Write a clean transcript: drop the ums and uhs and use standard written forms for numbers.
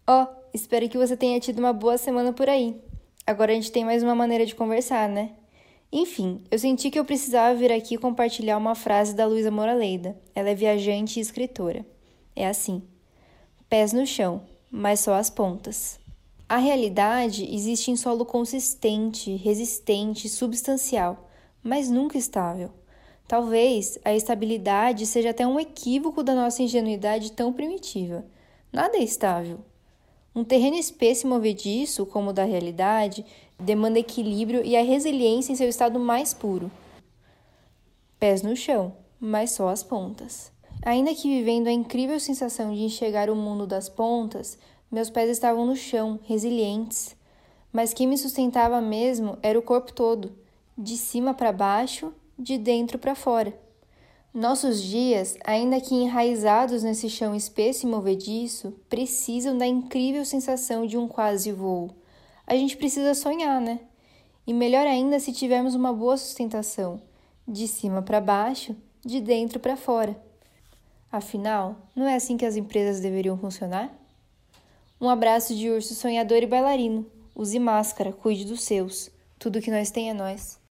Ó, espero que você tenha tido uma boa semana por aí. Agora a gente tem mais uma maneira de conversar, né? Enfim, eu senti que eu precisava vir aqui compartilhar uma frase da Luísa Moraleda. Ela é viajante e escritora. É assim: pés no chão, mas só as pontas. A realidade existe em solo consistente, resistente, substancial, mas nunca estável. Talvez a estabilidade seja até um equívoco da nossa ingenuidade tão primitiva. Nada é estável. Um terreno espesso e movediço, como o da realidade, demanda equilíbrio e a resiliência em seu estado mais puro. Pés no chão, mas só as pontas. Ainda que vivendo a incrível sensação de enxergar o mundo das pontas, meus pés estavam no chão, resilientes. Mas quem me sustentava mesmo era o corpo todo, de cima para baixo, de dentro para fora. Nossos dias, ainda que enraizados nesse chão espesso e movediço, precisam da incrível sensação de um quase voo. A gente precisa sonhar, né? E melhor ainda se tivermos uma boa sustentação, de cima para baixo, de dentro para fora. Afinal, não é assim que as empresas deveriam funcionar? Um abraço de urso sonhador e bailarino. Use máscara, cuide dos seus. Tudo que nós tem é nós.